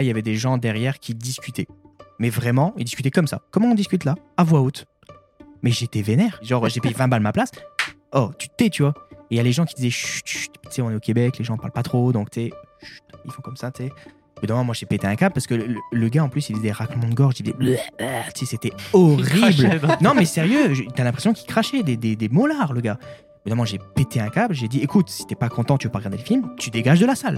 Il y avait des gens derrière qui discutaient. Mais vraiment, ils discutaient comme ça. Comment on discute là? À voix haute. Mais j'étais vénère. Genre, j'ai payé 20 balles ma place. Oh, tu te tais, tu vois. Et il y a les gens qui disaient chut, chut. Tu sais, on est au Québec, les gens parlent pas trop, donc tu sais, chut, ils font comme ça, tu sais. Évidemment, moi j'ai pété un câble parce que le gars en plus il faisait des raclements de gorge, il faisait tu sais, c'était horrible. Non mais sérieux, t'as l'impression qu'il crachait des molars, le gars. Évidemment, j'ai pété un câble, j'ai dit écoute, si t'es pas content, tu veux pas regarder le film, tu dégages de la salle.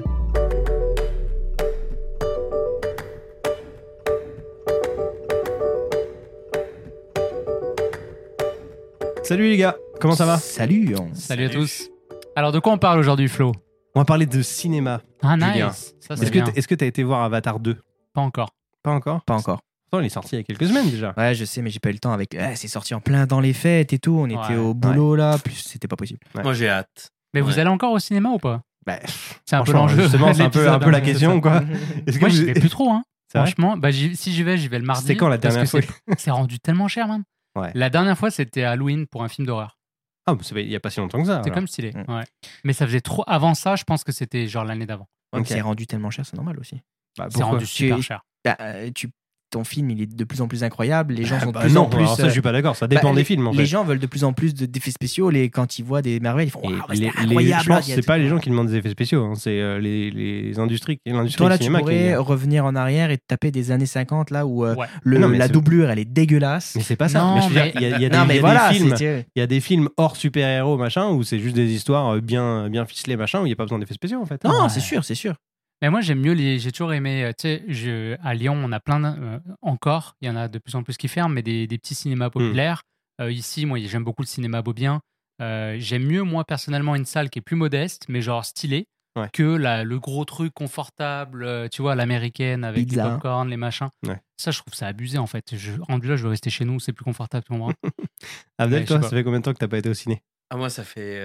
Salut les gars, comment ça va? Salut. Salut à tous. Alors de quoi on parle aujourd'hui, Flo? On va parler de cinéma. Ah Julien. nice. Ça, c'est bien. Est-ce que t'as été voir Avatar 2? Pas encore. Pas encore? Pas encore. Pourtant, il est sorti il y a quelques semaines déjà. Ouais, je sais, mais j'ai pas eu le temps avec. C'est sorti en plein dans les fêtes et tout. On était au boulot là, plus c'était pas possible. Ouais. Moi j'ai hâte. Mais vous allez encore au cinéma ou pas? Bah, C'est un peu franchement, l'enjeu. justement, c'est un L'épisode, peu la hein, question, c'est quoi. Est-ce que Moi, vous- j'y vais plus trop, hein. C'est vrai Franchement, si j'y vais le mardi. C'était quand la parce dernière que fois c'est rendu tellement cher, man. Ouais. La dernière fois, c'était Halloween pour un film d'horreur. Ah, il y a pas si longtemps que ça. C'était alors. comme stylé. Mm. Ouais. Mais ça faisait trop. Avant ça, je pense que c'était genre l'année d'avant. Ouais, mais Ok. c'est rendu tellement cher, c'est normal aussi. Bah, C'est pourquoi rendu super Tu- cher. Bah, ton film, il est de plus en plus incroyable. Les gens sont de Bah plus non, en plus. alors ça, je suis pas d'accord. Ça dépend bah, des films, en Les fait. gens veulent de plus en plus d'effets spéciaux. Quand ils voient des merveilles, ils font Et waouh, c'est je incroyable. pense que il y a c'est tout- pas les gens qui demandent des effets spéciaux, hein. C'est les industries, l'industrie Toi, là, du tu cinéma qui pourrais revenir en arrière et te taper des années 50, là où Ouais. Non, mais la c'est- doublure, elle est dégueulasse. Mais c'est pas ça. Non, Mais je veux dire, mais- il y a Non, mais des voilà, films. c'est- Il y a des films hors super-héros, machin, où c'est juste des histoires bien ficelées, machin, où il n'y a pas besoin d'effets spéciaux, en fait. Non, Ouais. c'est sûr, c'est sûr. Mais moi, j'aime mieux j'ai toujours aimé, tu sais, à Lyon, on a encore, il y en a de plus en plus qui ferment, mais des petits cinémas populaires. Ici, moi, j'aime beaucoup le cinéma Beaubien. J'aime mieux, moi, personnellement, une salle qui est plus modeste, mais genre stylée, Ouais. que le gros truc confortable, tu vois, l'américaine, avec Pizza. les popcorn, les machins. Ouais. Ça, je trouve ça abusé, en fait. Rendu là, je veux rester chez nous, c'est plus confortable que moi. Abdel, Ouais, je toi, sais ça pas. fait combien de temps que t'as pas été au ciné? Ah moi ça fait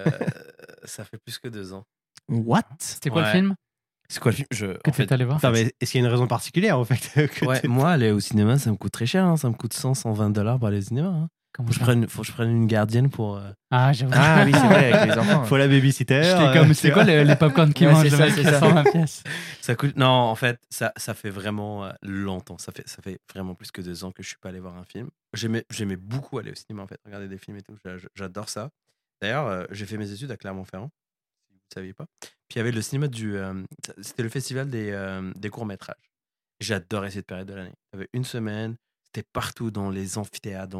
plus que 2 ans. What? C'était quoi le Ouais. film C'est quoi le film que en fait, tu allé voir? Attends, mais est-ce qu'il y a une raison particulière, en fait que ouais, t'es- moi aller au cinéma ça me coûte très cher, hein. Ça me coûte 100-120 $ pour aller au cinéma. Hein. Comment Faut que je prenne une gardienne pour. Ah, j'avoue. Ah oui, c'est vrai, avec les enfants. Faut la babysitter. J'étais comme, c'est quoi les popcorn qui Ouais, mangent c'est le ça, mec c'est à ça. 120 pièces? Ça coûte. Non, en fait, ça fait vraiment longtemps. Ça fait vraiment plus que 2 ans que je suis pas allé voir un film. J'aimais beaucoup aller au cinéma en fait, regarder des films et tout. J'adore ça. D'ailleurs, j'ai fait mes études à Clermont-Ferrand, si vous ne saviez pas. Puis il y avait le cinéma c'était le festival des courts-métrages. J'adorais cette période de l'année. Il y avait une semaine, c'était partout dans les amphithéâtres,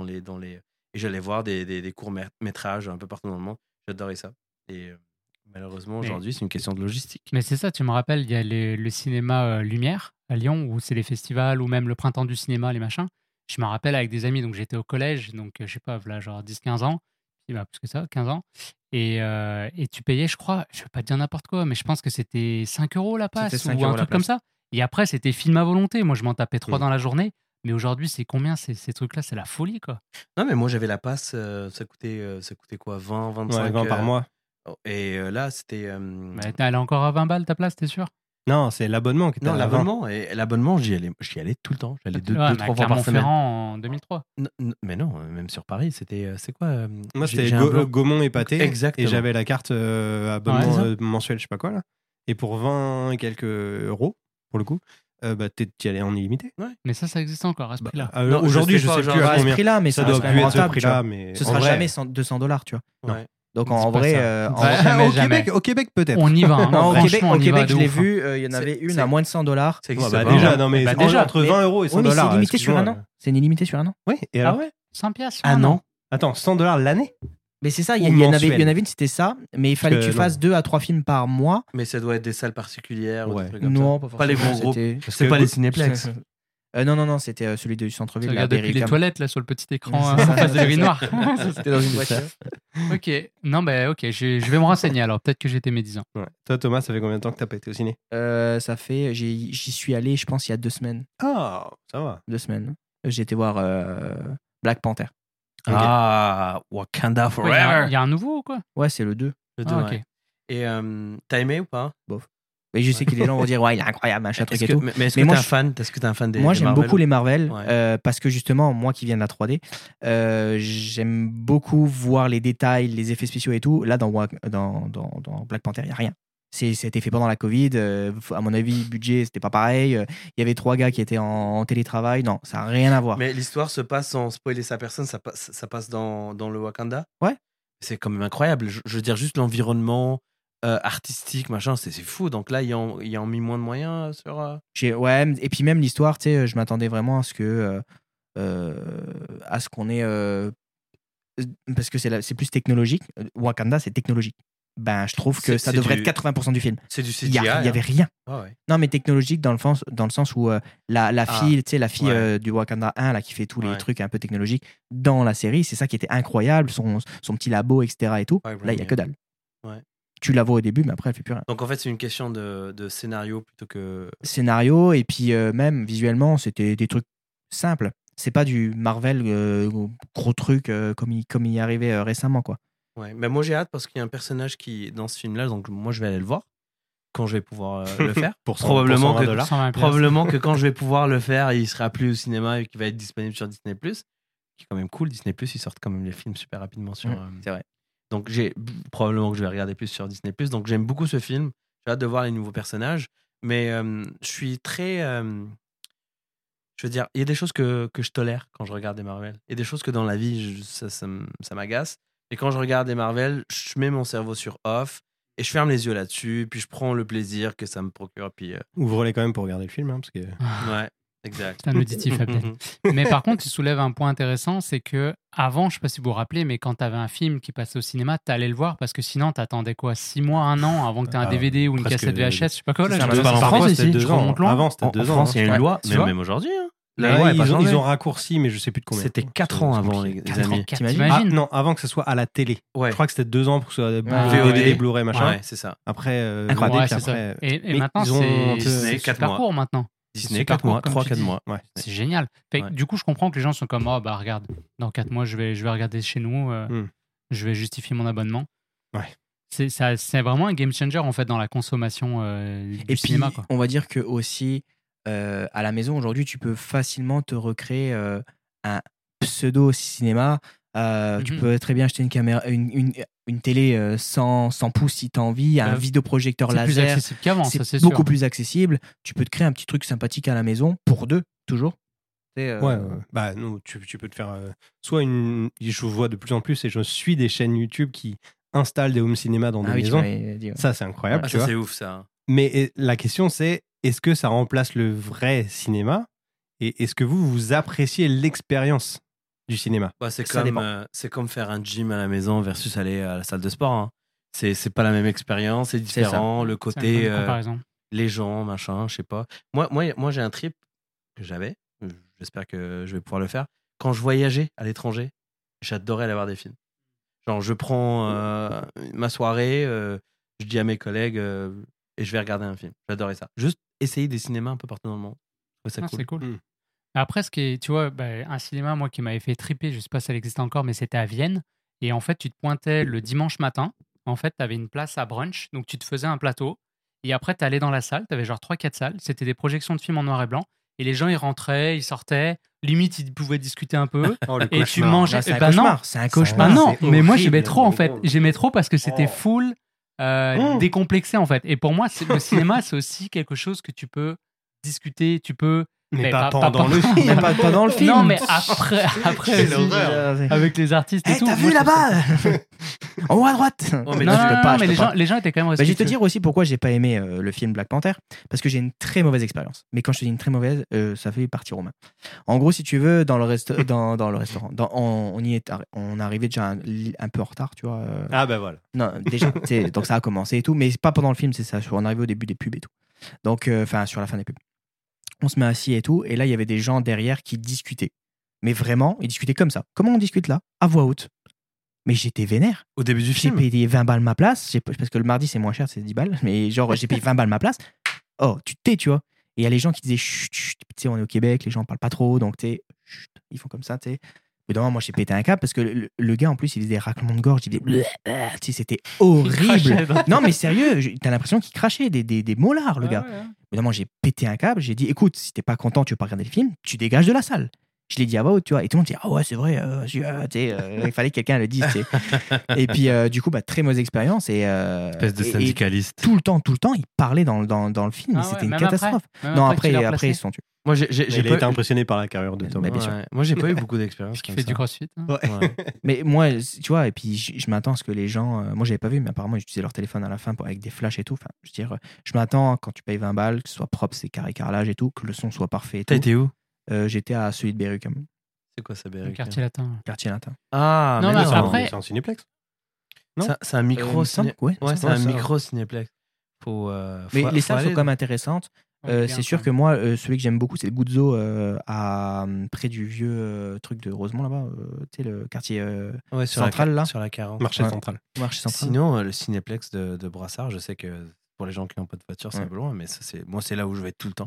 et j'allais voir des courts-métrages un peu partout dans le monde. J'adorais ça. Et malheureusement, aujourd'hui, c'est une question de logistique. Mais c'est ça, tu me rappelles, il y a le cinéma Lumière à Lyon, où c'est les festivals, ou même le printemps du cinéma, les machins. Je me rappelle avec des amis, donc j'étais au collège, donc je sais pas, voilà, genre 10-15 ans, puis, bah, plus que ça, 15 ans. Et tu payais, je crois, je vais pas te dire n'importe quoi, mais je pense que c'était 5 € la passe, C'était 5 ou € un la truc comme place. ça. Et après, c'était film à volonté. Moi, je m'en tapais 3 Mm. dans la journée. Mais aujourd'hui, c'est combien ces trucs-là? C'est la folie, quoi. Non, mais moi, j'avais la passe, ça coûtait quoi 20, 25 Ouais, 20 par mois. Et là, c'était. Mais elle est encore à 20 balles ta place, t'es sûr? Non, c'est l'abonnement qui était Non, à 20. l'abonnement. Et l'abonnement, j'y allais tout le temps. J'allais deux, Ouais, mais à 3 fois par semaine. Clermont-Ferrand en 2003. Mais non, même sur Paris, c'est quoi Moi, j'ai- c'était j'ai un blanc. Gaumont et Pâté. Exactement. Et j'avais la carte abonnement Ouais, mensuel, je sais pas quoi, là. Et pour 20 et quelques euros, pour le coup, bah, t'y allais en illimité. Mais ça existe encore à ce prix-là. Non, Aujourd'hui, je je sais sais pas, plus genre, à À ce combien. prix-là, mais Ça ça doit reste quand plus même être ce rentable, tu prix-là, vois. mais Ce en sera vrai- jamais $200, tu vois. Ouais. Donc Dis en pas vrai, ça. en- Au Jamais. Québec, peut-être. On y va. Hein. non, au Franchement, Québec, on y va de je l'ai ouf, hein. vu, il y en avait une à moins de $100. Ça Ouais, existe bah, pas. déjà, non, mais Bah, en- déjà, entre mais- 20 € et 100 Oui, mais c'est dollars. limité sur un excuse-moi. an. C'est une illimité sur un an. Oui, et Ah alors ouais 100 piastres. Ah non. Attends, 100 $ l'année? Mais c'est ça, Ou il y en avait mensuel. une, c'était ça, mais il fallait que tu non. fasses 2 à 3 films par mois. Mais ça doit être des salles particulières ou Ouais. des trucs comme Non, ça. pas Pas les forcément, gros groupes. c'était- C'est pas les cinéplex. Non, c'était celui du Tu centre-ville. là, regardes depuis les Berry-Cam. toilettes là sur le petit écran C'est en ça, face de c'est l'urinoir. C'était dans une voiture. Ok. Non, bah ok, je vais me renseigner alors. Peut-être que j'étais médisant. Ouais. Toi, Thomas, ça fait combien de temps que t'as pas été au ciné? Ça fait, j'y suis allé, je pense, il y a 2 semaines. Ah, ça va. 2 semaines. J'ai été voir Black Panther. Ah, Wakanda Ouais, Il y a Forever. un nouveau ou quoi? Ouais, c'est le 2. Le deux, Ah, ok. ouais. Et t'as aimé ou pas? Et je sais que les gens vont dire, ouais, il est incroyable, machin, truc Est-ce et que, tout. mais est-ce Mais que moi, t'es un fan? Est-ce que t'es un fan des Moi, des j'aime Marvel? beaucoup les Marvel Ouais. parce que justement, moi qui viens de la 3D, j'aime beaucoup voir les détails, les effets spéciaux et tout. Là, dans Black Panther, il n'y a rien. C'était fait pendant la Covid. À mon avis, budget, c'était pas pareil. Il y avait 3 gars qui étaient en télétravail. Non, ça n'a rien à voir. Mais l'histoire se passe sans spoiler sa personne, ça passe dans le Wakanda. Ouais. C'est quand même incroyable. Je veux dire, juste l'environnement artistique, machin, c'est fou. Donc là, ils ont mis moins de moyens sur. Ouais, et puis même l'histoire, tu sais, je m'attendais vraiment à ce que. À ce qu'on ait. Parce que c'est plus technologique. Wakanda, c'est technologique. Ben, je trouve que ça devrait être 80% du film. C'est du Il CGI. n'y avait rien. Ouais. Non, mais technologique dans le sens où la fille, tu sais, la fille Ouais. du Wakanda 1 là, qui fait tous les Ouais. trucs un peu technologiques dans la série, c'est ça qui était incroyable, son petit labo, etc. et tout. Ouais, Là, il n'y a que dalle. Ouais. Tu la vois au début, mais après, elle fait plus rien. Donc en fait, c'est une question de scénario plutôt que. Scénario, et puis même visuellement, c'était des trucs simples. C'est pas du Marvel gros truc comme il y arrivait récemment, quoi. Ouais. Mais moi, j'ai hâte parce qu'il y a un personnage qui dans ce film-là, donc moi, je vais aller le voir quand je vais pouvoir le faire. Probablement que $120. Probablement que quand je vais pouvoir le faire, il sera plus au cinéma et qu'il va être disponible sur Disney+. Qui est quand même cool. Disney+, ils sortent quand même les films super rapidement sur. C'est vrai. Donc probablement que je vais regarder plus sur Disney+. Donc j'aime beaucoup ce film. J'ai hâte de voir les nouveaux personnages. Mais je suis très. Je veux dire, il y a des choses que je tolère quand je regarde des Marvel. Il y a des choses que dans la vie, ça m'agace. Et quand je regarde des Marvel, je mets mon cerveau sur off et je ferme les yeux là-dessus. Puis je prends le plaisir que ça me procure. Puis Ouvre-les quand même pour regarder le film, hein, parce que. ouais, exact. C'est un auditif, Abdel. Mais par contre, tu soulèves un point intéressant, c'est que avant, je sais pas si vous vous rappelez, mais quand tu avais un film qui passait au cinéma, tu allais le voir parce que sinon, tu attendais quoi, 6 mois, 1 an avant que tu aies un DVD ou une presque- cassette VHS, je sais pas quoi. Là, C'est ça, je- maintenant, parfois, Parfois, c'est c'était ici, 2 je ans. remonte loin. Avant, c'était En 2 ans. France, il y a une Ouais. loi, Tu mais vois même aujourd'hui. Hein. Là, La loi, elle a pas ils changé. ont raccourci, mais je sais plus de combien. C'était 4 ans avant, les Quatre ans, amis. T'imagines Ah, T'imagines non, avant que ce soit à la télé. Ouais. Je crois que c'était 2 ans pour que ce soit ouais. VOD, Blu-ray, machin. Ouais, c'est ça. Après, Incroyable. Ouais, puis c'est ça. après. Et Mais maintenant, ils ont un peu- c'est Disney, 4 super mois. court maintenant. Disney, super 4 mois, court, comme 3-4 tu dis. mois. Ouais. C'est génial. Fait que, Ouais. du coup, je comprends que les gens sont comme, oh, bah regarde, dans 4 mois, je vais regarder chez nous, je vais justifier mon abonnement. Ouais. C'est vraiment un game changer en fait dans la consommation du Et puis, cinéma. Quoi. on va dire que aussi, à la maison, aujourd'hui, tu peux facilement te recréer un pseudo-cinéma. Tu Mhm. peux très bien acheter une caméra, une télé 100 pouces si tu as envie, un vidéoprojecteur C'est plus laser. accessible qu'avant, ça c'est C'est sûr. beaucoup plus accessible. Tu peux te créer un petit truc sympathique à la maison, pour 2, toujours. C'est, Ouais, bah non, tu peux te faire soit une. Je vois de plus en plus et je suis des chaînes YouTube qui installent des home cinéma dans des Ah oui, tu maisons. m'avais dit, ouais. Ça, c'est incroyable, Ah, tu ça, vois. c'est ouf, ça. Mais la question, c'est est-ce que ça remplace le vrai cinéma et est-ce que vous appréciez l'expérience du cinéma? Bah, c'est Ça comme faire un gym à la maison versus aller à la salle de sport. Hein. C'est pas la même expérience, c'est différent. Le C'est une côté, bonne comparaison. les gens, machin, je sais pas. Moi j'ai un trip que j'avais. J'espère que je vais pouvoir le faire. Quand je voyageais à l'étranger, j'adorais aller voir des films. Genre, je prends ma soirée, je dis à mes collègues et je vais regarder un film. J'adorais ça. Juste essayer des cinémas un peu partout dans le monde. Je trouvais ça Ah, cool. c'est cool. Mm. Après, ce qui est, tu vois, un cinéma, moi, qui m'avait fait triper, je sais pas si ça existe encore, mais c'était à Vienne. Et en fait, tu te pointais le dimanche matin. En fait, tu avais une place à brunch. Donc, tu te faisais un plateau. Et après, tu allais dans la salle. Tu avais genre 3-4 salles. C'était des projections de films en noir et blanc. Et les gens, ils rentraient, ils sortaient. Limite, ils pouvaient discuter un peu. Oh, le Et tu cauchemar. mangeais. Là, c'est un Bah non. cauchemar. C'est un Bah cauchemar. non, c'est mais moi horrible, j'aimais trop en mais fait. bon. J'aimais trop parce que c'était full décomplexé en fait. Et pour moi, le cinéma, c'est aussi quelque chose que tu peux discuter, tu peux. Mais Mais pas pas- pendant pas- le film. Mais pas dans le film. Non, mais après C'est aussi, l'horreur. avec les artistes et Eh, tout. t'as moi, vu je trouve ça- là-bas En haut à droite Oh, mais Non, tu non, peux non, pas, mais je peux pas. les gens étaient quand même Bah, je vais te respectueux. dire aussi pourquoi j'ai pas aimé le film Black Panther. Parce que j'ai une très mauvaise expérience. Mais quand je te dis une très mauvaise, ça fait partie romain. En gros, si tu veux, dans le restaurant, on arrivait déjà un peu en retard, tu vois. Ah, bah voilà. Non, déjà, donc ça a commencé et tout, mais c'est pas pendant le film, c'est ça. On arrivait au début des pubs et tout. Donc, enfin, sur la fin des pubs. On se met assis et tout, et là, il y avait des gens derrière qui discutaient. Mais vraiment, ils discutaient comme ça. Comment on discute là? À voix haute. Mais j'étais vénère. Au début du J'ai film. payé 20 balles ma place, parce que le mardi c'est moins cher, c'est 10 balles, mais genre j'ai payé 20 balles ma place. Oh, tu te tais, tu vois. Et il y a les gens qui disaient chut, chut, tu sais, on est au Québec, les gens parlent pas trop, donc tu sais, chut, ils font comme ça, tu sais. Au bout d'un moment, moi j'ai pété un câble parce que le gars en plus il faisait des raclements de gorge, il faisait bleh, bleh, tu sais, c'était horrible. crachait dans- Non, mais sérieux, t'as l'impression qu'il crachait des molars, le Ouais, gars. ouais, ouais. Au bout d'un moment, j'ai pété un câble, j'ai dit écoute, si t'es pas content, tu veux pas regarder le film, tu dégages de la salle. Je l'ai dit à voix haute, tu vois. Et tout le monde dit, ah ouais, c'est vrai, il fallait que quelqu'un le dise, tu sais. Et puis, du coup, très mauvaise expérience. Espèce de et syndicaliste. tout le temps, il parlait dans le film. Ah et c'était ouais, une même catastrophe. Même Non, qu'il l'a après, ils replacé. se sont tués. Moi, Il a été pas impressionné par la carrière de Thomas. Bah, bien sûr. Moi, j'ai pas eu beaucoup d'expérience. Qui comme fait ça. du crossfit. Hein. Ouais. Mais moi, tu vois, et puis je m'attends à ce que les gens. Moi, j'avais pas vu, mais apparemment, ils utilisaient leur téléphone à la fin avec des flashs et tout. Enfin, je veux dire, je m'attends quand tu payes 20 balles, que ce soit propre, c'est carré carrelage et tout, que le son soit parfait et T'as tout. été où? J'étais à celui de Berruc, C'est quoi ça, Le Berruc? quartier latin. quartier latin. Ah, Non, mais mais non. après- C'est un cinéplex. Non. C'est un micro. Il me semble que ouais, Ouais, c'est Ouais, un ça. micro cinéplex. Mais les faut salles sont aller, quand même intéressantes. Ouais, C'est bien, sûr quand que même. moi, celui que j'aime beaucoup, c'est le Guzzo près du vieux truc de Rosemont là-bas, tu sais, le quartier Ouais, sur central, la, là. sur la 40. Marché Ouais. central. marché central. Sinon, le cinéplex de Brassard, je sais que pour les gens qui n'ont pas de voiture, c'est Ouais. un peu loin, mais moi, c'est là où je vais tout le temps.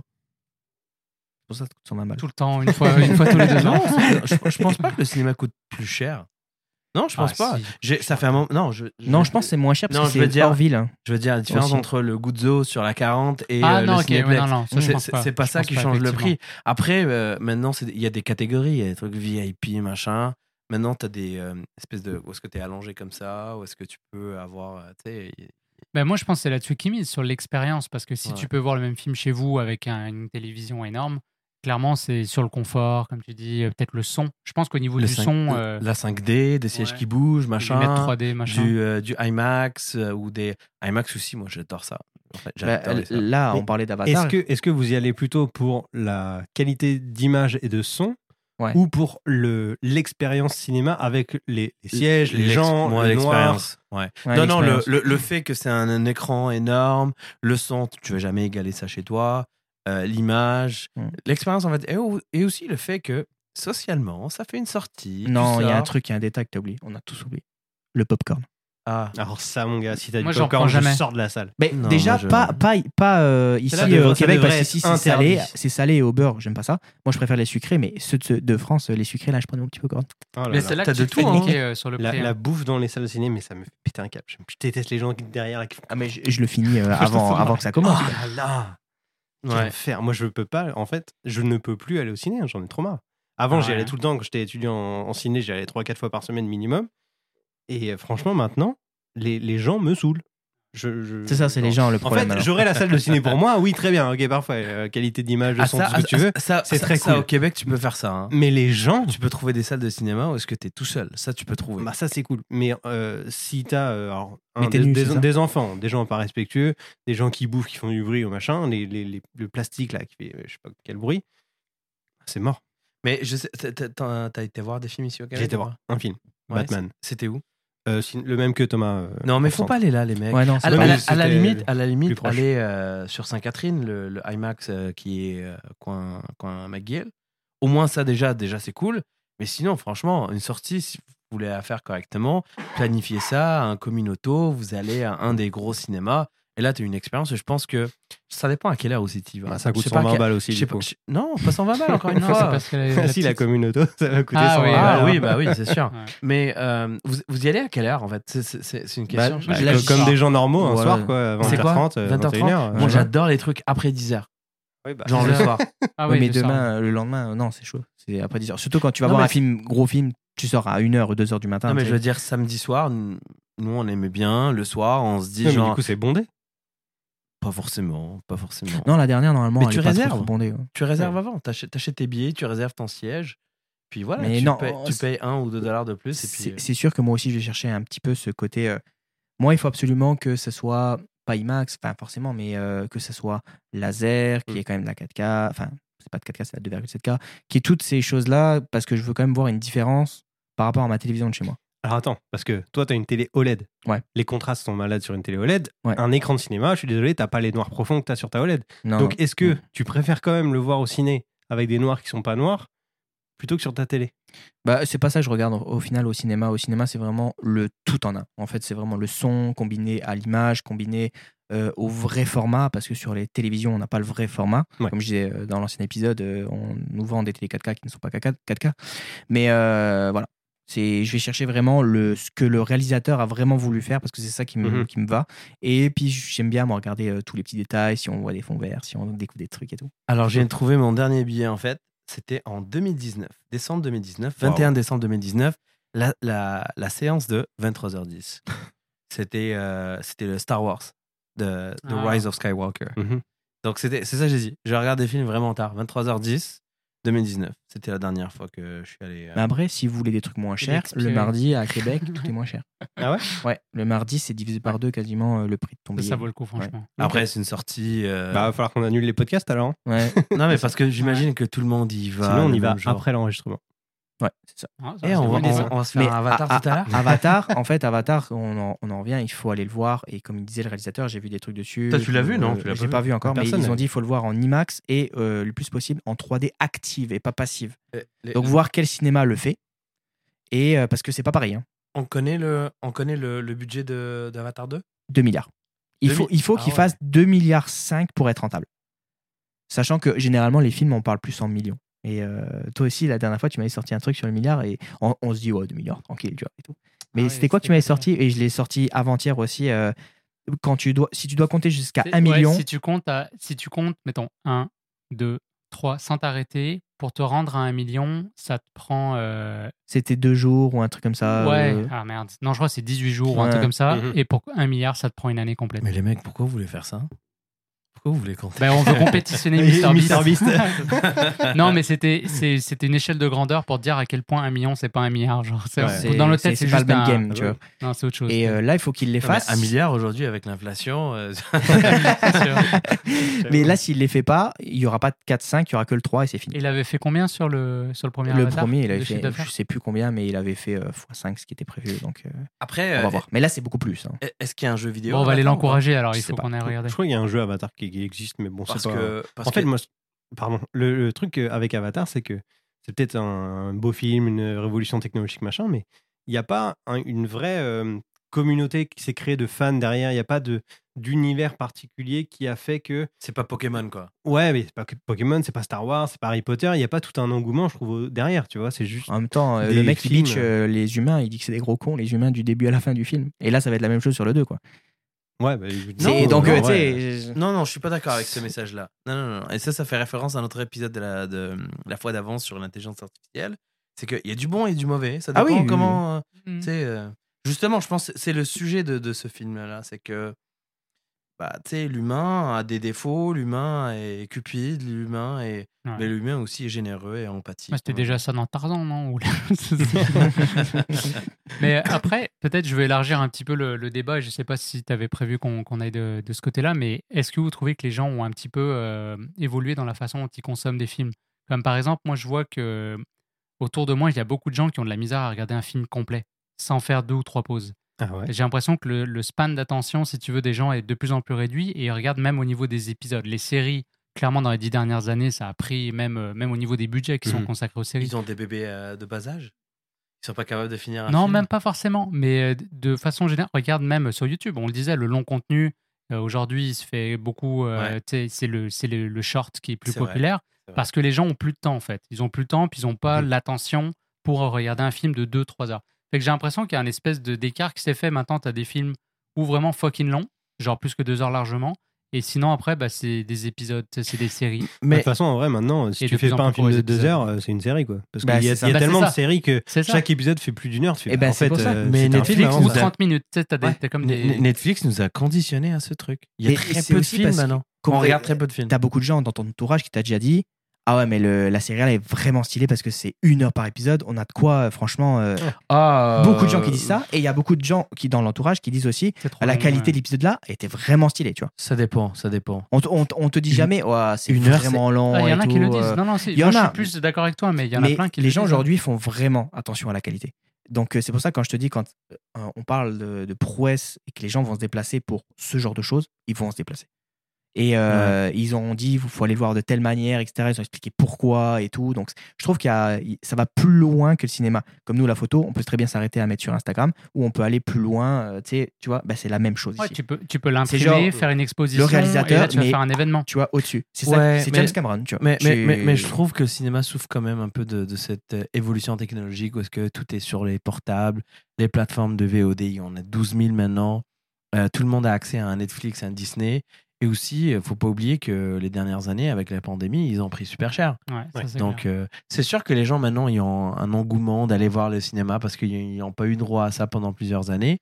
C'est pour ça que ça coûte 120 balles. Tout le temps, une fois tous les 2 ans. je pense pas que le cinéma coûte plus cher. Non, je pense Ah, pas. si. Ça fait un moment. Non, je pense que c'est moins cher parce Non, que je veux c'est dire- hors ville. Je veux dire la différence Aussi. entre le Guzzo sur la 40 et Ah le non, ok, cinéplex. ouais, non, ça, je pense pas. C'est pas Je ça pense qui pas, change le effectivement. prix. Après, maintenant, il y a des catégories. Il y a des trucs VIP, machin. Maintenant, tu as des espèces de. Où est-ce que tu es allongé comme ça? Où est-ce que tu peux avoir. Tu sais, Ben, moi, je pense que c'est là-dessus qu'ils misent, sur l'expérience. Parce que si Ouais. tu peux voir le même film chez vous avec une télévision énorme, clairement, c'est sur le confort, comme tu dis, peut-être le son. Je pense qu'au niveau le du son, la 5D, des sièges ouais. qui bougent, les machin. lunettes 3D, machin. Du IMAX ou des IMAX aussi. Moi, j'adore ça. En fait, Bah, j'adore ça. là, Mais on parlait d'Avatar. Est-ce que vous y allez plutôt pour la qualité d'image et de son Ouais. ou pour l'expérience cinéma avec les sièges, les gens, Moi, le noir? l'expérience. Ouais. Ouais, Non, l'expérience. le fait que c'est un écran énorme, le son, tu vas jamais égaler ça chez toi, l'image, l'expérience en fait, et aussi le fait que socialement, ça fait une sortie. Non, tu il y a un sors. truc, il y a un détail que t'as oublié. On a tous oublié. Le popcorn. Ah, Alors ça, mon gars, si t'as Moi, du j'en popcorn, prends je jamais. sors de la salle. Mais Non, déjà, moi, je- pas ici là, devrait- au ça Québec, devrait parce que être ici, c'est salé et au beurre, j'aime pas ça. Moi, je préfère les sucrés, mais ceux de France, les sucrés, là, je prends mon petit popcorn. Oh là Mais là. c'est là t'as que de tu te fais tout, hein. niquer sur le prix. La hein. bouffe dans les salles de ciné, mais ça me fait péter un câble. Je déteste les gens qui derrière là, qui font. Ah, mais je le finis avant que ça commence. Oh là là, quel ouais. enfer. Moi, je peux pas. En fait, je ne peux plus aller au ciné. J'en ai trop marre. Avant, j'y Ouais. allais tout le temps. Quand j'étais étudiant en ciné, j'y allais 3-4 fois par semaine minimum. Et franchement, maintenant, les gens me saoulent. C'est ça, c'est les gens le En problème. fait, alors. j'aurais la salle de ciné pour moi. Oui, très bien. Ok, parfait. Qualité d'image, de Ah, son, tout ce que tu veux. c'est très ça, cool. au Québec, tu peux faire ça. Hein. Mais les gens, Tu peux trouver des salles de cinéma où est-ce que tu es tout seul. Ça, tu peux trouver. bah ça c'est cool. Mais si t'as alors, Mais t'es nul, c'est ça. des enfants, des gens pas respectueux, des gens qui bouffent, qui font du bruit ou machin, le plastique là qui fait je sais pas quel bruit, c'est mort. Mais je sais, t'as été voir des films ici au Québec? J'ai été ou voir pas? un film, Ouais, Batman. C'était où? Le même que Thomas. Non, mais en faut centre. pas aller là, les mecs. Ouais, non, À c'est la- pas- à la- c'était à la plus limite, proche. aller sur Sainte-Catherine, le IMAX qui est coin McGill. Au moins, ça, déjà c'est cool. Mais sinon, franchement, une sortie, si vous voulez la faire correctement, planifiez ça, un communauto, vous allez à un des gros cinémas. Et là, tu as une expérience. Et je pense que ça dépend à quelle heure aussi tu y vas. Bah, ça coûte Je sais pas 120 quel- balles aussi. je sais du coup. pas- non, pas 120 balles, encore une Non, c'est fois. parce que Ah si, la communauté, ça va coûter Ah 120 oui, balles. Ah hein. oui, bah oui, c'est sûr. Ouais. Mais vous y allez à quelle heure, en fait? C'est une question. Bah, Bah, là, comme des gens normaux, un Voilà. soir, quoi, C'est quoi 20h30, 21h. Moi, j'adore les trucs après 10h. Genre le 10h. soir. Ah Ouais, oui, mais c'est ça. demain, le lendemain, non, c'est chaud. C'est après 10h. Surtout quand tu vas Non, voir mais un film, gros film, tu sors à 1h ou 2h du matin. Non, mais tu je sais. veux dire, samedi soir, nous, on aimait bien. Le soir, on se dit, Du genre, coup, c'est bondé. pas forcément. Non, la dernière, normalement, Mais elle tu est pas trop, réserves. trop bondée, ouais. Tu réserves avant. T'achètes tes billets, tu réserves ton siège. Puis voilà, Mais tu, non, tu payes 1 ou 2 $ de plus. Et puis, C'est sûr que moi aussi, je vais chercher un petit peu ce côté. Moi, il faut absolument que ce soit pas IMAX, enfin forcément, mais que ce soit laser, qui est quand même de la 4K, enfin, c'est pas de 4K, c'est la 2,7K, qui est toutes ces choses-là, parce que je veux quand même voir une différence par rapport à ma télévision de chez moi. Alors attends, parce que toi, t'as une télé OLED. Ouais. Les contrastes sont malades sur une télé OLED. Ouais. Un écran de cinéma, je suis désolé, t'as pas les noirs profonds que t'as sur ta OLED. Non, Donc, est-ce que non. tu préfères quand même le voir au ciné avec des noirs qui sont pas noirs plutôt que sur ta télé? Bah, c'est pas ça que je regarde au final au cinéma. Au cinéma, c'est vraiment le tout en un. En fait, c'est vraiment le son combiné à l'image, combiné au vrai format, parce que sur les télévisions, on n'a pas le vrai format. Ouais. Comme je disais dans l'ancien épisode, on nous vend des télé 4K qui ne sont pas 4K. Mais voilà. Je vais chercher vraiment ce que le réalisateur a vraiment voulu faire, parce que c'est ça qui me va. Et puis, j'aime bien moi, regarder tous les petits détails, si on voit des fonds verts, si on découvre des trucs et tout. alors, je viens de trouver mon dernier billet, en fait. c'était en 2019, décembre 2019, Wow. 21 décembre 2019, la séance de 23h10. C'était le Star Wars, The Rise of Skywalker. Mhm. Donc c'est ça que j'ai dit. Je regarde des films vraiment tard, 23h10, 2019. C'était la dernière fois que je suis allé. Mais après, si vous voulez des trucs moins Il est chers, expiré. le mardi à Québec, tout est moins cher. Ah ouais Ouais, le mardi, c'est divisé par 2 quasiment le prix de ton billet. Ça vaut le coup, franchement. Après, c'est une sortie. Bah, va falloir qu'on annule les podcasts alors. Hein. Ouais, Non, mais parce que j'imagine que tout le monde y va. Sinon, on le y va même jour. après l'enregistrement. ouais, c'est ça. Ah, ça, Et c'est on une va, bonne idée. on va se faire un Avatar tout à l'heure. Avatar, en fait, Avatar, on en revient, il faut aller le voir. Et comme il disait le réalisateur, j'ai vu des trucs dessus. Toi, tu l'as vu, non? Tu l'as J'ai pas pas vu encore, mais Personne ils n'a ont dit il faut le voir en IMAX et le plus possible en 3D active et pas passive. Les- Donc voir quel cinéma le fait. Et parce que c'est pas pareil, hein. On connaît le budget d'Avatar 2? 2 milliards. Il 2 faut Ah qu'il ouais. fasse 2,5 milliards pour être rentable. Sachant que généralement, les films, on parle plus en millions. Et toi aussi, la dernière fois, tu m'avais sorti un truc sur le milliard et on se dit, ouais, 2 milliards, tranquille, tu vois. Et tout. Mais Ah ouais, c'était quoi que tu c'était m'avais pas sorti? Et je l'ai sorti avant-hier aussi. Si tu dois compter jusqu'à C'est- 1 million, si tu comptes, mettons, 1, 2, 3, sans t'arrêter, pour te rendre à 1 million, ça te prend. c'était 2 jours ou un truc comme ça. Ouais, ah merde. Non, je crois que c'est 18 jours ou un Ouais. truc comme ça. Mhm. Et pour 1 milliard, ça te prend une année complète. Mais les mecs, pourquoi vous voulez faire ça? Pourquoi vous voulez compter? Ben, on veut compétitionner Et Mr. Beast. Mr. Non, mais c'était une échelle de grandeur pour te dire à quel point 1 million, c'est pas 1 milliard. Genre, Ouais. dans notre tête, c'est pas juste le même un... game, Ah tu ouais. vois. Non, c'est autre chose. Et là, il faut qu'il les Non, mais fasse. 1 milliard aujourd'hui avec l'inflation. C'est sûr. Mais là, s'il les fait pas, il y aura pas de 4-5, il y aura que le 3 et c'est fini. Il avait fait combien sur le premier Le Avatar, premier, il de avait chiffre fait, d'affaires je sais plus combien, mais il avait fait x5 ce qui était prévu. Donc, Après, on va voir. Mais là, c'est beaucoup plus. Hein. est-ce qu'il y a un jeu vidéo? Bon, on va aller Avatar ou pas? l'encourager alors, Je il sais faut pas. qu'on aille regarder. Je crois qu'il y a un jeu Avatar qui existe, mais bon, Parce c'est pas. que. En fait, moi, pardon, le truc avec Avatar, c'est que c'est peut-être un beau film, une révolution technologique, machin, mais il n'y a pas une vraie communauté qui s'est créée de fans derrière. Il n'y a pas d'univers particulier qui a fait que. C'est pas Pokémon, quoi. Ouais, mais c'est pas que Pokémon, c'est pas Star Wars, c'est pas Harry Potter. Il n'y a pas tout un engouement, je trouve, derrière, tu vois. C'est juste. En même temps, Des le mec qui films. bitch les humains, il dit que c'est des gros cons, les humains du début à la fin du film. Et là, ça va être la même chose sur le 2, quoi. Ouais, bah, C'est- donc, non, tu ouais. sais. Non, non, je suis pas d'accord avec ce message-là. Non. Et ça fait référence à notre épisode de la fois d'avance sur l'intelligence artificielle. C'est qu'il y a du bon et du mauvais. Ça Ah dépend oui, oui, comment. Mm. Tu sais, justement, je pense que c'est le sujet de ce film-là. C'est que bah, tu sais, l'humain a des défauts, l'humain est cupide, l'humain est. Ouais. Mais l'humain aussi est généreux et empathique. Ouais, c'était déjà ça dans Tarzan, non? Ou- Mais après, peut-être je vais élargir un petit peu le débat. Je ne sais pas si tu avais prévu qu'on aille de ce côté-là, mais est-ce que vous trouvez que les gens ont un petit peu évolué dans la façon dont ils consomment des films? Comme par exemple, moi je vois que autour de moi, il y a beaucoup de gens qui ont de la misère à regarder un film complet, sans faire 2 ou 3 pauses. Ah ouais. J'ai l'impression que le span d'attention, si tu veux, des gens est de plus en plus réduit et ils regardent même au niveau des épisodes. Les séries, clairement, dans les 10 dernières années, ça a pris même au niveau des budgets qui sont Mhm. consacrés aux séries. Ils ont des bébés de bas âge. Ils sont pas capables de finir un Non, film. même pas forcément, mais de façon générale, regarde même sur YouTube, on le disait, le long contenu, aujourd'hui, il se fait beaucoup, Ouais. tu sais, c'est le short qui est plus C'est vrai, populaire, c'est vrai. parce que les gens ont plus de temps, en fait. Ils ont plus de temps, puis ils n'ont pas Mhm. l'attention pour regarder un film de 2-3 heures. Fait que j'ai l'impression qu'il y a un espèce d'écart qui s'est fait. Maintenant, tu as des films ou vraiment fucking longs, genre plus que 2 heures largement, et sinon, après, bah, c'est des épisodes, tu sais, c'est des séries. De Mais toute façon, en vrai, maintenant, si Et tu de fais plus en pas un plus film gros de 2 épisodes. heures, c'est une série, quoi. Parce Bah, qu'il y a, c'est ça. il y a Bah, c'est tellement ça. de séries que C'est ça. chaque épisode fait plus d'1 heure. Tu fais, Eh ben, en c'est fait, pour ça. Mais c'est un Netflix film, hein, Ou nous a- 30 minutes, tu sais, t'as Ouais. comme des... Netflix nous a conditionné à ce truc. Il y a Et très c'est peu de aussi films parce que- maintenant. Comme On regarde très peu de films. T'as beaucoup de gens dans ton entourage qui t'a déjà dit ah ouais, mais la série elle est vraiment stylée parce que c'est 1 heure par épisode. On a de quoi, franchement. Beaucoup de gens qui disent ça. Et il y a beaucoup de gens qui, dans l'entourage, qui disent aussi c'est trop la long, qualité ouais. de l'épisode là était vraiment stylée, tu vois. Ça dépend, ça dépend. On te dit jamais, ouais, c'est 1 heure, vraiment long. Ah, il y en a et qui le tout, disent. Non, non, il y moi, en je a. suis plus d'accord avec toi, mais il y en a Mais plein qui les le gens disent. aujourd'hui font vraiment attention à la qualité. Donc c'est pour ça que quand je te dis, quand on parle de prouesse et que les gens vont se déplacer pour ce genre de choses, ils vont se déplacer. Et ils ont dit, il faut aller le voir de telle manière, etc. Ils ont expliqué pourquoi et tout. Donc je trouve ça va plus loin que le cinéma. Comme nous, la photo, on peut très bien s'arrêter à mettre sur Instagram ou on peut aller plus loin. Tu vois, bah, c'est la même chose Ouais, ici. tu peux l'imprimer, genre, faire une exposition, le réalisateur, et là, tu vas mais- faire un événement. Tu vois, au-dessus. C'est Ouais, ça, c'est mais- James Cameron, tu vois. Mais je trouve que le cinéma souffre quand même un peu de cette évolution technologique où est-ce que tout est sur les portables, les plateformes de VOD, il y en a 12 000 maintenant. Tout le monde a accès à un Netflix, à un Disney. Et aussi, faut pas oublier que les dernières années, avec la pandémie, ils ont pris super cher. Ouais, ça, c'est Donc, clair. c'est sûr que les gens maintenant, ils ont un engouement d'aller voir le cinéma parce qu'ils n'ont pas eu droit à ça pendant plusieurs années.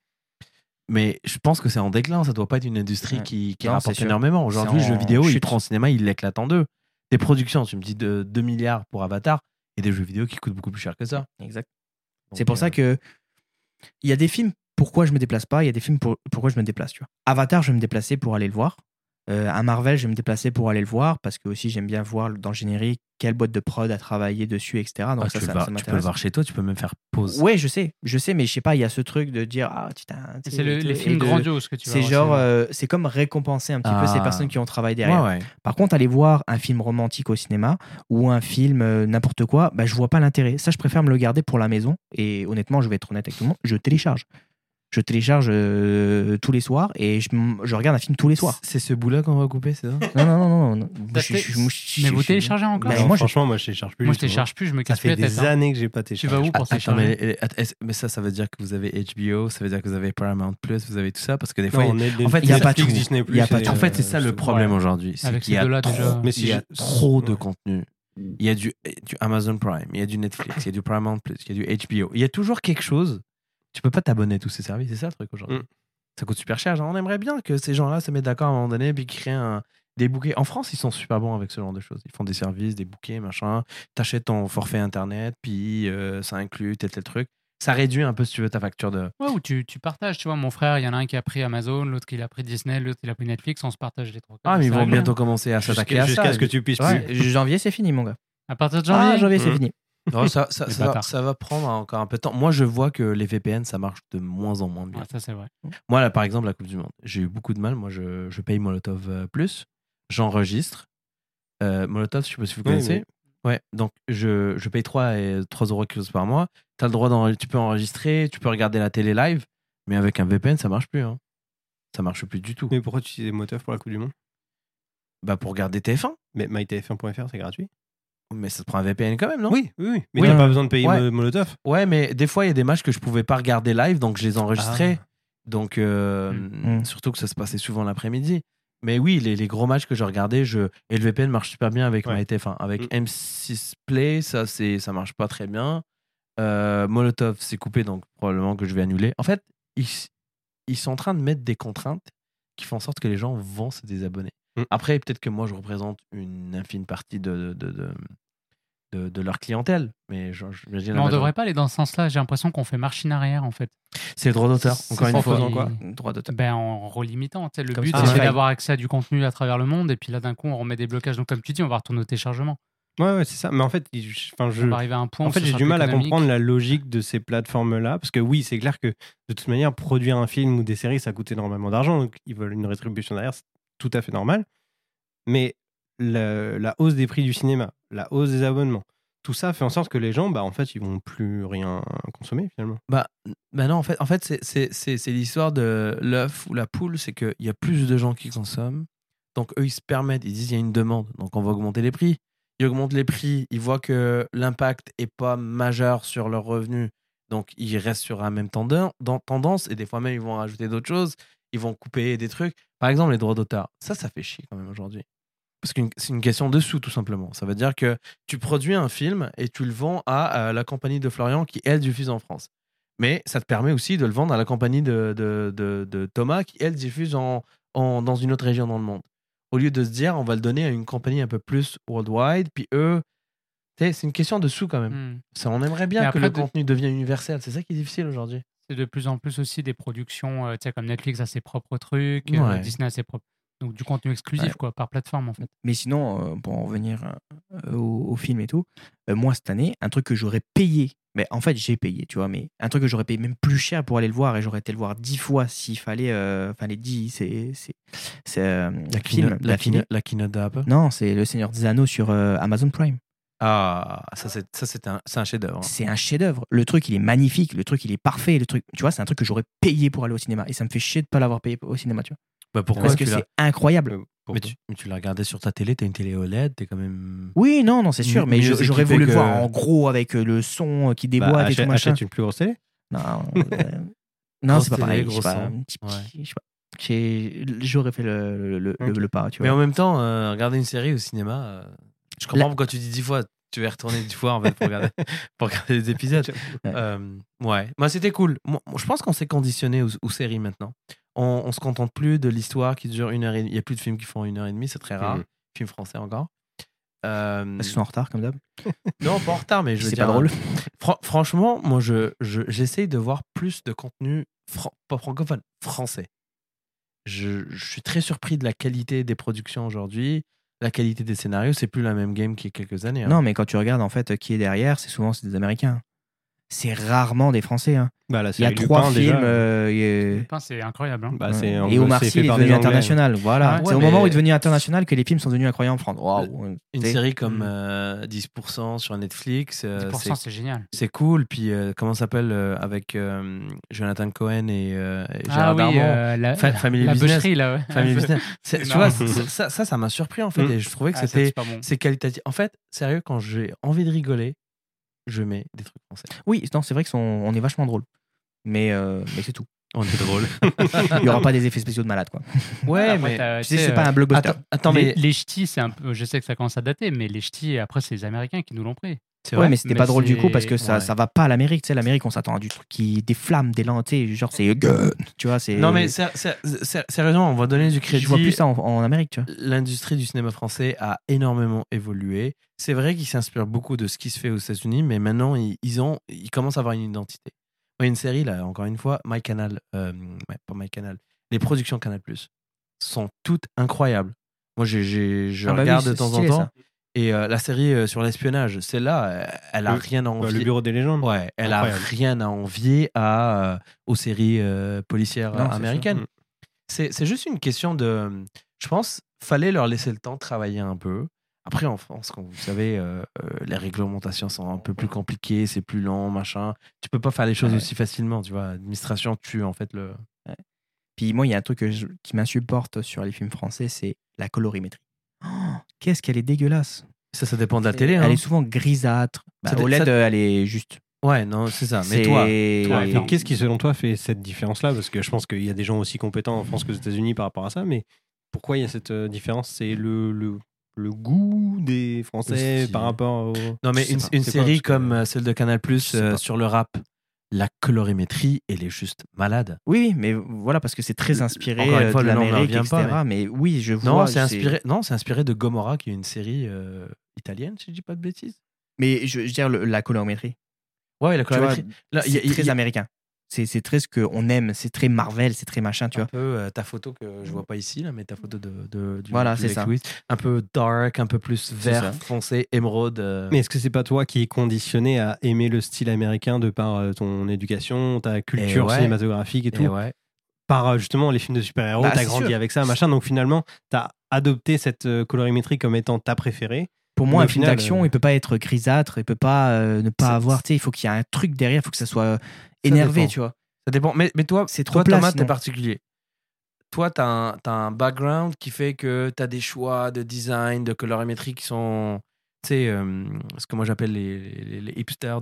Mais je pense que c'est en déclin. Ça doit pas être une industrie Ouais. qui Non, rapporte c'est sûr. énormément. Aujourd'hui, le C'est jeu en vidéo, il chute. prend au cinéma, il l'éclate en deux. Des productions, tu me dis de 2 milliards pour Avatar, et des jeux vidéo qui coûtent beaucoup plus cher que ça. Exact. Donc, C'est pour ça que il y a des films pourquoi je me déplace pas, il y a des films pourquoi je me déplace, tu vois. Avatar, je vais me déplacer pour aller le voir. Un Marvel, je vais me déplacer pour aller le voir parce que aussi j'aime bien voir dans le générique quelle boîte de prod a travaillé dessus, etc. Donc tu, peux le ça voir, tu peux le m'intéresse. voir chez toi, tu peux même faire pause. Ouais, je sais, mais je sais pas, il y a ce truc de dire ah putain. C'est le et film de- grandiose que tu vas C'est voir, genre, c'est comme récompenser un petit peu ces Ah. personnes qui ont travaillé derrière. Ouais. Par contre, aller voir un film romantique au cinéma ou un film n'importe quoi, bah, je vois pas l'intérêt. Ça, je préfère me le garder pour la maison. Et honnêtement, je vais être honnête avec tout le monde, je télécharge. Je télécharge tous les soirs et je regarde un film tous les soirs. C'est ce bout-là qu'on va couper, c'est ça? Non. Mais vous téléchargez encore? Bah, Non, moi, franchement, moi, je télécharge plus. Moi, je justement. télécharge plus, je me Ça casse plus fait la tête. des hein. années que j'ai pas Tu téléchargé. vas où pour Attends, télécharger? mais ça veut dire que vous avez HBO, ça veut dire que vous avez Paramount Plus, vous avez tout ça, parce que des fois, Non, en fait, il y a pas Netflix, tout. Disney+, Il y a pas et, tout. en fait, c'est ça le problème ouais. aujourd'hui. C'est Avec qu'il y ces a deux-là, trop, déjà. Mais si il y a je- trop de Ouais. contenu. Il y a du Amazon Prime, il y a du Netflix, il y a du Paramount Plus, il y a du HBO. Il y a toujours quelque chose. Tu peux pas t'abonner à tous ces services, c'est ça le truc aujourd'hui. Mm. Ça coûte super cher. Genre, on aimerait bien que ces gens-là se mettent d'accord à un moment donné puis créent des bouquets. En France, ils sont super bons avec ce genre de choses. Ils font des services, des bouquets, machin. T'achètes ton forfait internet, puis ça inclut tel truc. Ça réduit un peu, si tu veux, ta facture de. Ouais, ou tu partages, tu vois. Mon frère, il y en a un qui a pris Amazon, l'autre qui a pris Disney, l'autre il a pris Netflix, on se partage les trois. Ah, mais ils C'est vont réglé, bientôt hein. commencer à s'attaquer à Jusqu'à ça. ce que tu puisses Ouais, plus. janvier, c'est fini, mon gars. À partir de janvier. Janvier, c'est Mhm. fini. Non, Les bâtards. ça va prendre encore un peu de temps. Moi, je vois que les VPN, ça marche de moins en moins bien. Ouais, ça, c'est vrai. Moi, là, par exemple, la Coupe du Monde, j'ai eu beaucoup de mal. Moi, je paye Molotov Plus. J'enregistre. Molotov, je sais pas si vous Oui, connaissez. Ouais, donc je paye 3 € quelque chose par mois. T'as le droit tu peux enregistrer, tu peux regarder la télé live, mais avec un VPN, ça marche plus. Hein. Ça marche plus du tout. Mais pourquoi tu utilises Moteuf pour la Coupe du Monde? Bah, pour regarder TF1. Mais mytf1.fr, c'est gratuit. Mais ça te prend un VPN quand même, non? Oui. Mais Oui. t'as pas besoin de payer Ouais. Molotov. Ouais, mais des fois, il y a des matchs que je pouvais pas regarder live, donc je les enregistrais. Ah. Donc, Mm. surtout que ça se passait souvent l'après-midi. Mais oui, les gros matchs que je regardais, et le VPN marche super bien avec Ouais. MyTF1. Avec Mm. M6 Play, ça marche pas très bien. Molotov, c'est coupé, donc probablement que je vais annuler. En fait, ils sont en train de mettre des contraintes qui font en sorte que les gens vont se désabonner. Mm. Après, peut-être que moi, je représente une infime partie de leur clientèle. Mais j'imagine Mais on devrait pas aller dans ce sens-là. J'ai l'impression qu'on fait machine arrière, en fait. C'est le droit d'auteur, encore C'est une ça fois. faisant qui- quoi Droit d'auteur. Ben, en relimitant. Tu sais, le Comme but, ça, c'est ouais. d'avoir accès à du contenu à travers le monde. Et puis là, d'un coup, on remet des blocages. Donc, comme tu dis, on va retourner au téléchargement. Ouais, c'est ça. Mais en fait, On va arriver à un point En où fait, ce j'ai sera du plus mal à économique. comprendre la logique de ces plateformes-là. Parce que oui, c'est clair que de toute manière, produire un film ou des séries, ça coûte énormément d'argent. Donc, ils veulent une rétribution derrière. C'est tout à fait normal. Mais la hausse des prix du cinéma, la hausse des abonnements, tout ça fait en sorte que les gens, bah, en fait, ils vont plus rien consommer finalement. Bah non, en fait c'est l'histoire de l'œuf ou la poule, c'est qu'il y a plus de gens qui consomment, donc eux ils se permettent, ils disent il y a une demande, donc on va augmenter les prix. Ils augmentent les prix, ils voient que l'impact est pas majeur sur leurs revenus, donc ils restent sur la même tendance, et des fois même ils vont rajouter d'autres choses, ils vont couper des trucs. Par exemple les droits d'auteur, ça fait chier quand même aujourd'hui. Parce que c'est une question de sous, tout simplement. Ça veut dire que tu produis un film et tu le vends à la compagnie de Florian qui, elle, diffuse en France. Mais ça te permet aussi de le vendre à la compagnie de Thomas qui, elle, diffuse dans une autre région dans le monde. Au lieu de se dire, on va le donner à une compagnie un peu plus worldwide, puis eux... Tu sais, c'est une question de sous quand même. On aimerait bien Mais que après, le contenu devienne universel. C'est ça qui est difficile aujourd'hui. C'est de plus en plus aussi des productions, tu sais, comme Netflix a ses propres trucs, Ouais. Disney a ses propres. Donc du contenu exclusif, Ouais. quoi, par plateforme, en fait. Mais sinon, pour en revenir au film et tout, moi cette année, un truc que j'aurais payé, mais en fait j'ai payé, tu vois, mais un truc que j'aurais payé même plus cher pour aller le voir et j'aurais été le voir 10 fois s'il fallait, enfin les 10, c'est La keynote d'Apple. Non, c'est Le Seigneur des Anneaux sur Amazon Prime. Ah, ça c'est un chef-d'œuvre. Hein. C'est un chef-d'œuvre. Le truc, il est magnifique, le truc, il est parfait, le truc, tu vois, c'est un truc que j'aurais payé pour aller au cinéma et ça me fait chier de pas l'avoir payé au cinéma, tu vois. Bah, pourquoi Parce que tu l'as- c'est incroyable. Pour Mais toi. tu l'as regardé sur ta télé, t'as une télé OLED, t'es quand même... Oui, non, c'est sûr, mais Mieux j'aurais équipé voulu le que- voir en gros avec le son qui déboîte et tout machin. achète une plus grosse télé. Non, non, Grosse c'est pas télé, pareil. gros Je sais pas, son. un petit, Ouais. je sais pas. j'aurais fait le pas, tu Mais vois. en même temps, regarder une série au cinéma, je comprends pourquoi tu dis 10 fois. Tu vas y retourner 10 fois en fait pour regarder les épisodes. Ouais. Moi, c'était cool. Moi, je pense qu'on s'est conditionné aux séries maintenant. On se contente plus de l'histoire qui dure 1 heure et demie. Il n'y a plus de films qui font 1 heure et demie, c'est très rare. Films français encore. Parce qu'ils sont en retard, comme d'hab. Non, pas en retard, mais je veux C'est dire. pas drôle. Franchement, moi, j'essaye de voir plus de contenu pas francophone, français. Je suis très surpris de la qualité des productions aujourd'hui. La qualité des scénarios, c'est plus la même game qu'il y a quelques années. Hein. Non, mais quand tu regardes en fait qui est derrière, c'est des Américains. C'est rarement des Français. Hein. Bah, là, Il y a c'est 3 Lupin, films. déjà. Lupin, c'est incroyable. Hein. Bah, Ouais. c'est Et Omar c'est Sy, fait il est par devenu des Anglais. international. Voilà. Ah ouais, C'est au mais- moment où il est devenu international que les films sont devenus incroyables en France. Wow. Une T'sais. série comme 10% sur Netflix, 10%, c'est génial. c'est cool. Puis, comment ça s'appelle avec Jonathan Cohen et Gérard Ah oui, Darmon la Family la Business. boucherie, là. Ouais. Family Business. Tu C'est vois, marrant. ça m'a surpris en fait. Et je trouvais que Ah, c'était super bon. c'est qualitatif. En fait, sérieux, quand j'ai envie de rigoler, je mets des trucs français. Oui, non, c'est vrai qu'on est vachement drôle. Mais c'est tout. On est drôle. Il n'y aura pas des effets spéciaux de malade, quoi. Ouais, Après, mais t'as- Tu sais, tu sais, c'est pas un blockbuster. attends, les, mais les ch'tis, c'est un peu. Je sais que ça commence à dater, mais les ch'tis, après, c'est les Américains qui nous l'ont pris. c'est Ouais, vrai. mais c'était mais pas drôle du c'est- coup parce que ça Ouais. va pas à l'Amérique. Tu sais, l'Amérique, on s'attend à du truc des flammes, des lentilles. Genre, c'est. Tu vois, c'est. Non, mais sérieusement, on va donner du crédit. Je vois plus ça en Amérique, tu vois. L'industrie du cinéma français a énormément évolué. C'est vrai qu'ils s'inspirent beaucoup de ce qui se fait aux États-Unis, mais maintenant, ils commencent à avoir une identité. Moi, une série, là, encore une fois, MyCanal, pas MyCanal, les productions Canal+, sont toutes incroyables. Moi, je Ah bah oui, regarde de c'est temps en stylé, temps. ça. Et la série sur l'espionnage, celle-là, elle a rien à Le envier. bureau des légendes. Ouais, elle a Incroyable. rien à envier aux séries policières Non, c'est américaines. sûr. C'est juste une question de. Je pense fallait leur laisser le temps de travailler un peu. Après, en France, comme vous savez, les réglementations sont un peu plus compliquées, c'est plus lent, machin. Tu peux pas faire les choses Ouais. aussi facilement, tu vois. L'administration tue en fait le. Puis moi, il y a un truc qui m'insupporte sur les films français, c'est la colorimétrie. Oh, qu'est-ce qu'elle est dégueulasse. Ça dépend de la télé. Elle Hein. est souvent grisâtre. Ça dé- OLED, ça- elle est juste. Ouais, non, c'est ça. Mais C'est- toi, Mais non. qu'est-ce qui, selon toi, fait cette différence-là? Parce que je pense qu'il y a des gens aussi compétents en France qu'aux États-Unis par rapport à ça, mais pourquoi il y a cette différence? C'est le goût des Français style. par rapport au... non, mais Je sais une pas. C'est quoi, série parce que- comme celle de Canal+, sais pas. sur le rap, la colorimétrie, elle est juste malade. Oui, mais voilà, parce que c'est très inspiré Encore une fois, de le nom ne l'Amérique, revient etc. pas, mais oui, je vois. Non, c'est inspiré de Gomorrah, qui est une série italienne, si je dis pas de bêtises. Mais je veux dire, la colorimétrie. Ouais, la Tu vois, colorimétrie. Là, c'est très américain. C'est très ce qu'on aime, c'est très Marvel, c'est très machin, tu un vois. peu ta photo que je vois pas ici, là, mais ta photo du Voilà, c'est Lex ça. Lewis. Un peu dark, un peu plus C'est vert, ça. foncé, émeraude. Mais est-ce que c'est pas toi qui es conditionné à aimer le style américain de par ton éducation, ta culture ouais. cinématographique et tout, Et ouais. par justement les films de super-héros, Bah, t'as c'est grandi sûr. avec ça, machin, donc finalement, t'as adopté cette colorimétrie comme étant ta préférée. Pour moi, Mais un au film final, d'action, il peut pas être grisâtre, il peut pas ne pas C'est- avoir, tu sais, il faut qu'il y ait un truc derrière, il faut que ça soit énervé, dépend. tu vois. Ça dépend. Mais toi, C'est trop Thomas, plat, t'es sinon. particulier. Toi, t'as un background qui fait que t'as des choix de design, de colorimétrie qui sont, tu sais, ce que moi j'appelle les hipsters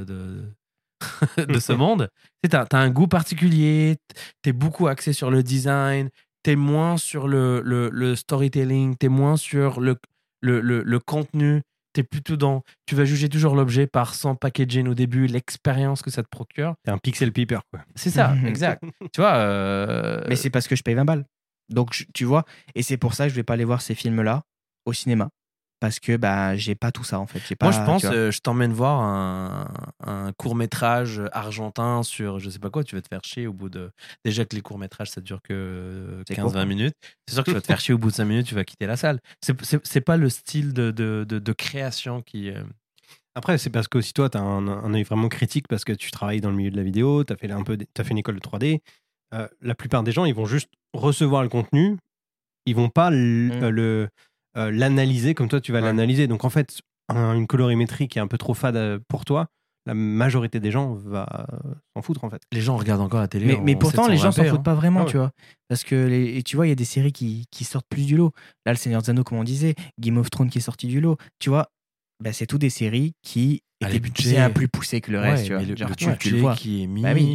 de ce monde. Tu sais, t'as un goût particulier, t'es beaucoup axé sur le design, t'es moins sur le storytelling, t'es moins sur le contenu. T'es plutôt dans. Tu vas juger toujours l'objet par son packaging au début, l'expérience que ça te procure. T'es un pixel peeper, quoi. C'est ça, Mhm. exact. Tu vois. Mais c'est parce que je paye 20 balles. Donc, tu vois, et c'est pour ça que je vais pas aller voir ces films-là au cinéma. Parce que bah, j'ai pas tout ça, en fait. J'ai pas, Moi, je pense, tu vois. je t'emmène voir un court-métrage argentin sur je sais pas quoi, tu vas te faire chier au bout de. Déjà que les courts-métrages, ça dure que C'est 15-20 court. minutes. C'est sûr que tu vas te faire chier au bout de 5 minutes, tu vas quitter la salle. C'est pas le style de création qui. Après, c'est parce que aussi toi, tu as un œil vraiment critique parce que tu travailles dans le milieu de la vidéo, tu as fait une école de 3D. La plupart des gens, ils vont juste recevoir le contenu, ils vont pas l'analyser comme toi, tu vas Ouais. l'analyser. Donc en fait, une colorimétrie qui est un peu trop fade pour toi, la majorité des gens va s'en foutre en fait. Les gens regardent encore la télé. Mais en pourtant, les gens s'en 720p, foutent hein. pas vraiment, Ah ouais. tu vois. Parce que, et tu vois, il y a des séries qui sortent plus du lot. Là, Le Seigneur des Anneaux, comme on disait, Game of Thrones qui est sorti du lot. Tu vois, bah, c'est tout des séries qui Ah, étaient les budgets. bien plus poussées que le reste, Ouais, tu vois. mais Genre, le tu le budget vois. qui est mis, Bah oui.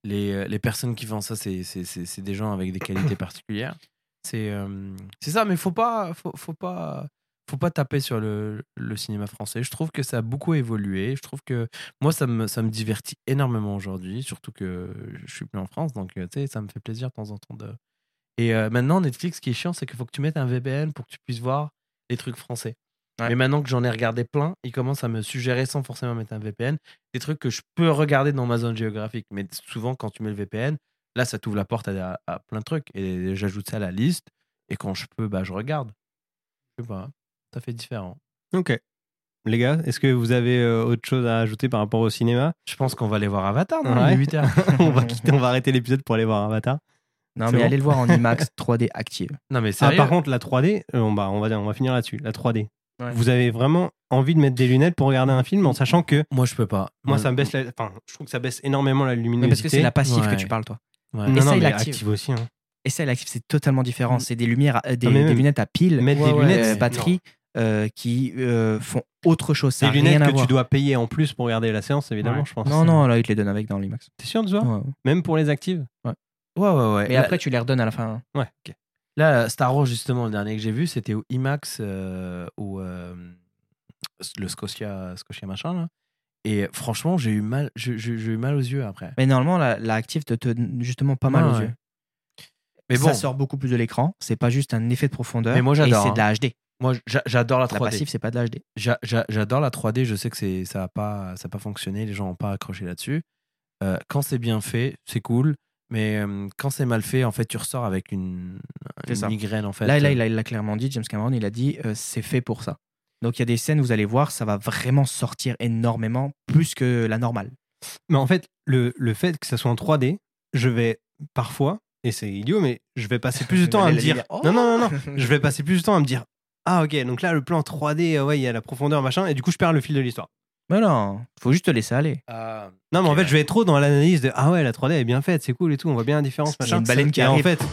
les personnes qui font ça, c'est des gens avec des qualités particulières. C'est ça, mais faut pas taper sur le cinéma français. Je trouve que ça a beaucoup évolué. Je trouve que moi, ça me divertit énormément aujourd'hui, surtout que je suis plus en France, donc tu sais, ça me fait plaisir de temps en temps de. Et maintenant, Netflix, ce qui est chiant, c'est qu'il faut que tu mettes un VPN pour que tu puisses voir les trucs français. Ouais. Mais maintenant que j'en ai regardé plein, ils commencent à me suggérer sans forcément mettre un VPN des trucs que je peux regarder dans ma zone géographique. Mais souvent, quand tu mets le VPN, là, ça t'ouvre la porte à plein de trucs. Et j'ajoute ça à la liste. Et quand je peux, je regarde. Je sais pas. Ça fait différent. Ok. Les gars, est-ce que vous avez autre chose à ajouter par rapport au cinéma? Je pense qu'on va aller voir Avatar dans Ouais. les 8 heures. on va arrêter l'épisode pour aller voir Avatar. Non, C'est mais bon. allez le voir en IMAX 3D active. Non, mais Ah, sérieux. par contre, la 3D, on va finir là-dessus. La 3D. Ouais. Vous avez vraiment envie de mettre des lunettes pour regarder un film en sachant que Moi, je peux pas. moi, ça me baisse je trouve que ça baisse énormément la luminosité. Mais parce que c'est la passive Ouais. que tu parles, toi. Ouais. Non, Essaye mais l'active. active aussi. Hein. Et ça, l'active, c'est totalement différent. C'est des lumières, mais des même- lunettes à pile, Mettre Ouais, des ouais, lunettes, c'est- batterie, qui font autre chose. Ça des n'a rien lunettes à que voir. tu dois payer en plus pour regarder la séance, évidemment, Ouais. je pense. Non, là, ils te les donnent avec dans l'IMAX. T'es sûr de ça? Ouais. Même pour les actives? Ouais. Mais Là- après, tu les redonnes à la fin. Ouais, ok. Là, Star Wars, justement, le dernier que j'ai vu, c'était au IMAX, le Scotia machin, là. Et franchement, j'ai eu mal aux yeux après. Mais normalement, la active te donne justement pas mal Ouais, aux ouais. yeux. Mais bon, Ça sort beaucoup plus de l'écran. C'est pas juste un effet de profondeur. Mais moi, j'adore, Et c'est de la HD. moi, j'adore la 3D. La passive, c'est pas de la HD. J'adore la 3D. Je sais que ça a pas fonctionné. Les gens n'ont pas accroché là-dessus. Quand c'est bien fait, c'est cool. Mais quand c'est mal fait, en fait, tu ressors avec une C'est ça. migraine, en fait. Là, il l'a clairement dit, James Cameron, il a dit c'est fait pour ça. Donc il y a des scènes, vous allez voir, ça va vraiment sortir énormément, plus que la normale. Mais en fait, le fait que ça soit en 3D, je vais parfois, et c'est idiot, mais je vais passer plus de temps à me dire. Oh Non. Je vais passer plus de temps à me dire. Ah, ok, donc là, le plan 3D, ouais, il y a la profondeur, machin, et du coup, je perds le fil de l'histoire. Mais non, faut juste te laisser aller. Non, mais en Ok, fait, ouais. je vais être trop dans l'analyse de ah ouais, la 3D est bien faite, c'est cool et tout, on voit bien la différence, Il y a machin. une baleine qui Et en arrive. fait.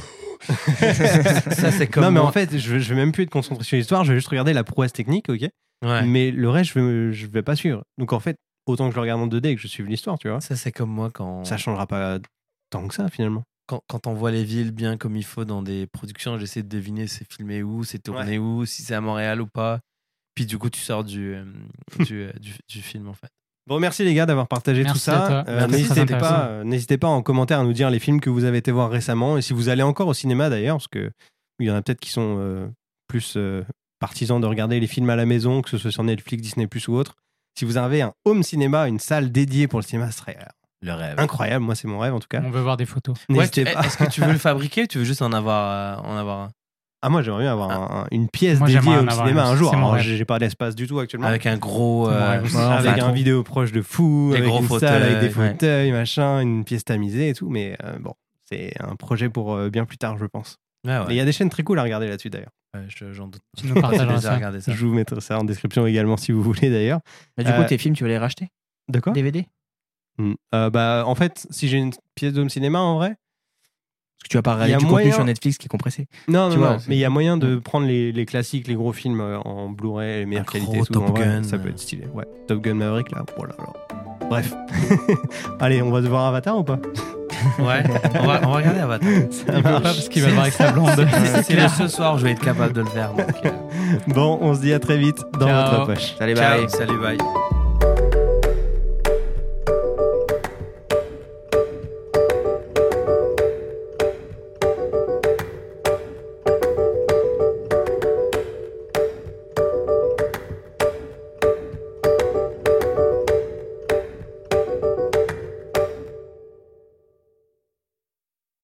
Ça, c'est comme non, mais moi. en fait, je vais même plus être concentré sur l'histoire, je vais juste regarder la prouesse technique, ok. Ouais. Mais le reste, je vais pas suivre. Donc en fait, autant que je le regarde en 2D et que je suive l'histoire, tu vois. Ça, c'est comme moi quand. Ça changera pas tant que ça finalement. Quand on voit les villes bien comme il faut dans des productions, j'essaie de deviner c'est filmé où, c'est tourné où, si c'est à Montréal ou pas. Puis du coup, tu sors du film en fait. Bon, merci les gars d'avoir partagé Merci tout ça. à toi. Merci, très intéressant. N'hésitez pas en commentaire à nous dire les films que vous avez été voir récemment et si vous allez encore au cinéma d'ailleurs, parce que il y en a peut-être qui sont plus partisans de regarder les films à la maison, que ce soit sur Netflix, Disney+ ou autre. Si vous avez un home cinéma, une salle dédiée pour le cinéma, ce serait Le rêve. incroyable. Moi, c'est mon rêve en tout cas. On veut voir des photos. Ouais, N'hésitez pas. Est-ce que tu veux le fabriquer ou tu veux juste en avoir un Ah, moi, j'aimerais bien avoir une pièce Moi, dédiée j'aimerais au en avoir cinéma une un aussi, jour. c'est mon Alors, rêve. j'ai pas d'espace du tout actuellement. avec un gros. C'est mon rêve aussi. Ouais, avec enfin, un vidéo proche de fou, Des avec gros une fauteuils, salle, avec des ouais. fauteuils, machin, une pièce tamisée et tout. Mais bon, c'est un projet pour bien plus tard, je pense. Ouais, Et il y a des chaînes très cool à regarder là-dessus d'ailleurs. Ouais, j'en doute. Tu nous partageras J'ai ça. regardé ça. Je vous mettrai ça en description également si vous voulez d'ailleurs. Mais du coup, tes films, tu veux les racheter De quoi DVD Bah, en fait, si j'ai une pièce d'home cinéma en vrai, Parce que tu vas pas Il y a regarder du contenu moyen- sur Netflix qui est compressé. non, Tu vois, mais il y a moyen de prendre les classiques, les gros films en Blu-ray, les meilleures Un qualités. gros et tout, en Top vrai, Gun. ça peut être stylé. Ouais, Top Gun Maverick là, oh là là. Bref. Allez, on va se voir Avatar ou pas? Ouais, on va regarder Avatar. Ça Il peut pas marche. parce qu'il va voir avec sa blonde. C'est le ce soir, je vais être capable de le faire. Donc, Bon, on se dit à très vite dans Ciao. votre poche. Salut, bye. ciao, salut, bye.